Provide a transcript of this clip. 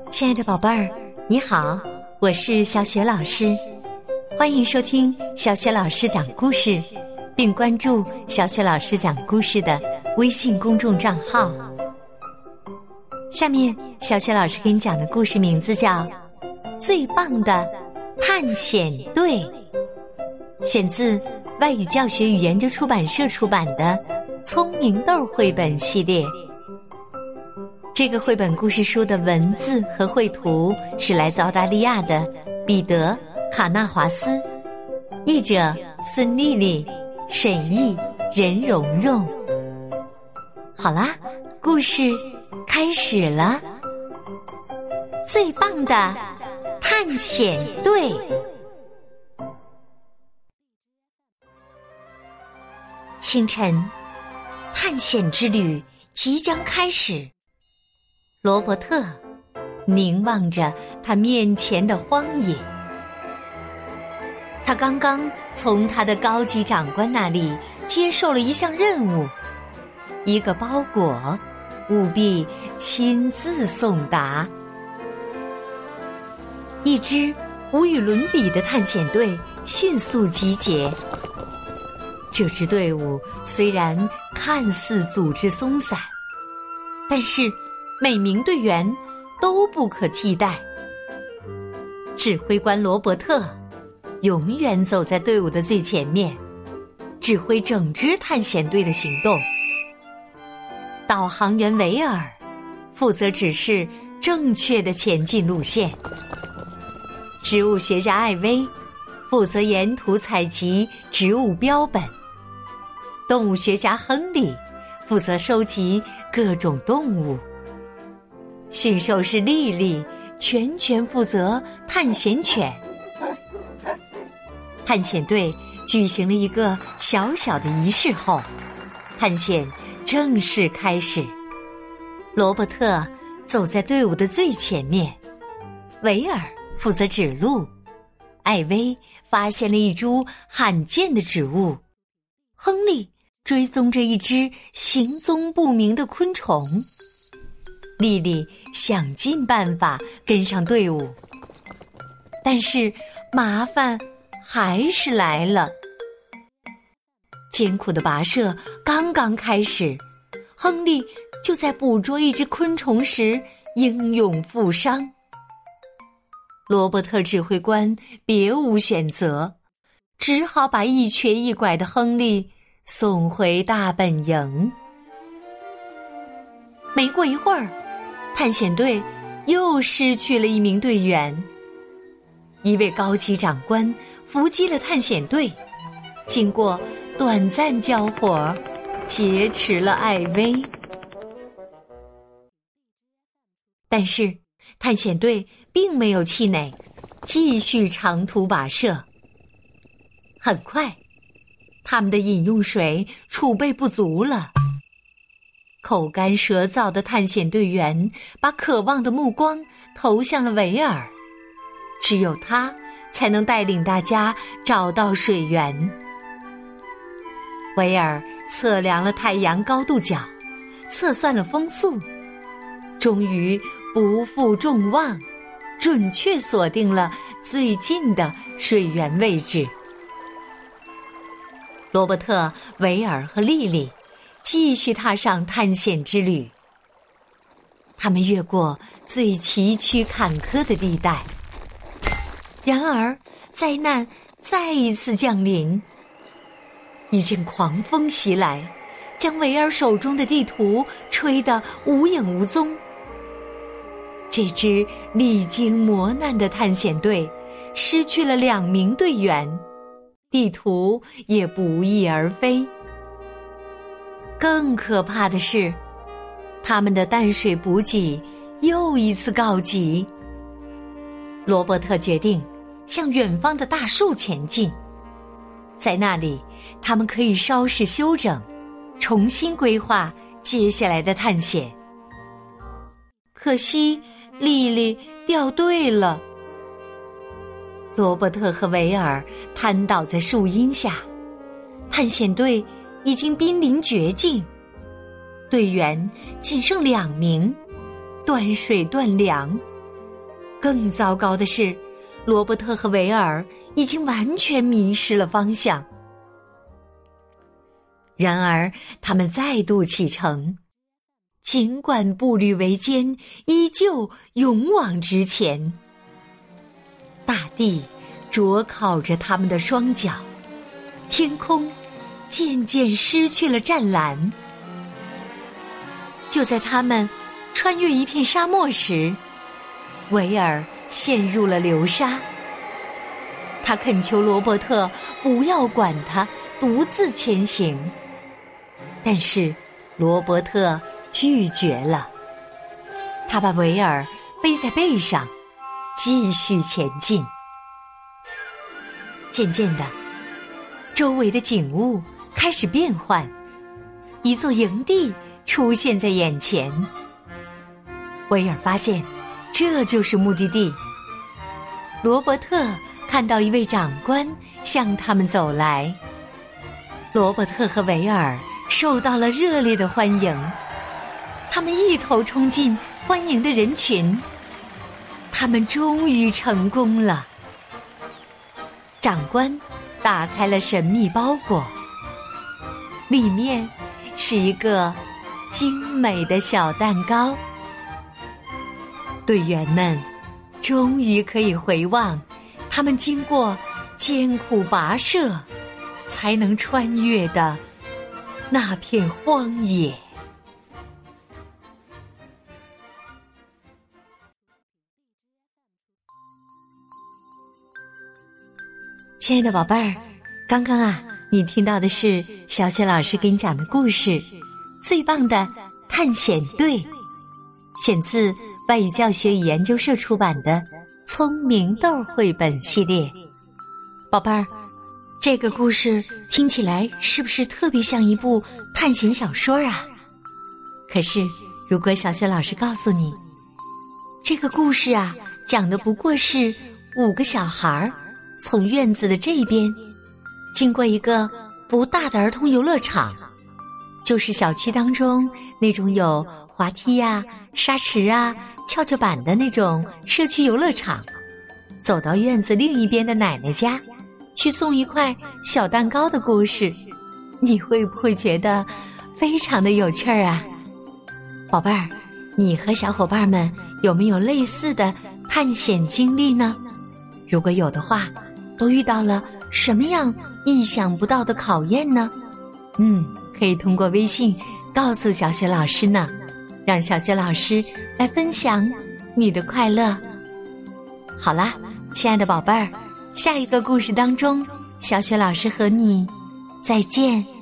亲爱的宝贝儿，你好，我是小雪老师，欢迎收听小雪老师讲故事，并关注小雪老师讲故事的微信公众账号。下面小雪老师给你讲的故事名字叫《最棒的探险队》，选自外语教学与研究出版社出版的《聪明豆》绘本系列。这个绘本故事书的文字和绘图是来自澳大利亚的彼得·卡纳华斯，译者孙丽丽，审译任蓉蓉。好啦，故事开始了。最棒的探险队。清晨，探险之旅即将开始。罗伯特凝望着他面前的荒野，他刚刚从他的高级长官那里接受了一项任务，一个包裹，务必亲自送达。一支无与伦比的探险队迅速集结。这支队伍虽然看似组织松散，但是每名队员都不可替代。指挥官罗伯特永远走在队伍的最前面，指挥整支探险队的行动。导航员维尔负责指示正确的前进路线。植物学家艾薇负责沿途采集植物标本。动物学家亨利负责收集各种动物。驯兽师莉莉全权负责探险犬。探险队举行了一个小小的仪式后，探险正式开始。罗伯特走在队伍的最前面，维尔负责指路，艾薇发现了一株罕见的植物，亨利追踪着一只行踪不明的昆虫。莉莉想尽办法跟上队伍，但是麻烦还是来了。艰苦的跋涉刚刚开始，亨利就在捕捉一只昆虫时英勇负伤。罗伯特指挥官别无选择，只好把一瘸一拐的亨利送回大本营。没过一会儿，探险队又失去了一名队员。一位高级长官伏击了探险队，经过短暂交火，劫持了艾薇。但是探险队并没有气馁，继续长途跋涉。很快，他们的饮用水储备不足了。口干舌燥的探险队员把渴望的目光投向了维尔，只有他才能带领大家找到水源。维尔测量了太阳高度角，测算了风速，终于不负众望，准确锁定了最近的水源位置。罗伯特、维尔和莉莉继续踏上探险之旅。他们越过最崎岖坎坷的地带，然而灾难再一次降临。一阵狂风袭来，将维尔手中的地图吹得无影无踪。这支历经磨难的探险队失去了2名队员，地图也不翼而飞。更可怕的是，他们的淡水补给又一次告急。罗伯特决定向远方的大树前进，在那里他们可以稍事休整，重新规划接下来的探险。可惜莉莉掉队了。罗伯特和维尔瘫倒在树荫下，探险队已经濒临绝境，队员仅剩2名，断水断粮， 更糟糕的是，罗伯特和维尔已经完全迷失了方向。然而他们再度启程，尽管步履维艰，依旧勇往直前。大地灼烤着他们的双脚，天空渐渐失去了湛蓝。就在他们穿越一片沙漠时，维尔陷入了流沙。他恳求罗伯特不要管他，独自前行。但是罗伯特拒绝了，他把维尔背在背上，继续前进。渐渐的，周围的景物开始变换，一座营地出现在眼前。维尔发现这就是目的地。罗伯特看到一位长官向他们走来，罗伯特和维尔受到了热烈的欢迎，他们一头冲进欢迎的人群。他们终于成功了。长官打开了神秘包裹，里面是一个精美的小蛋糕。队员们终于可以回望他们经过艰苦跋涉才能穿越的那片荒野。亲爱的宝贝儿，刚刚你听到的是小雪老师给你讲的故事《最棒的探险队》，选自外语教学与研究社出版的《聪明豆》绘本系列。宝贝儿，这个故事听起来是不是特别像一部探险小说啊？可是如果小雪老师告诉你，这个故事讲的不过是5个小孩从院子的这边经过一个不大的儿童游乐场，就是小区当中那种有滑梯沙池跷跷板的那种社区游乐场，走到院子另一边的奶奶家去送一块小蛋糕的故事，你会不会觉得非常的有趣儿啊？宝贝儿，你和小伙伴们有没有类似的探险经历呢？如果有的话，都遇到了什么样意想不到的考验呢？可以通过微信告诉小雪老师呢，让小雪老师来分享你的快乐。好啦，亲爱的宝贝儿，下一个故事当中，小雪老师和你再见。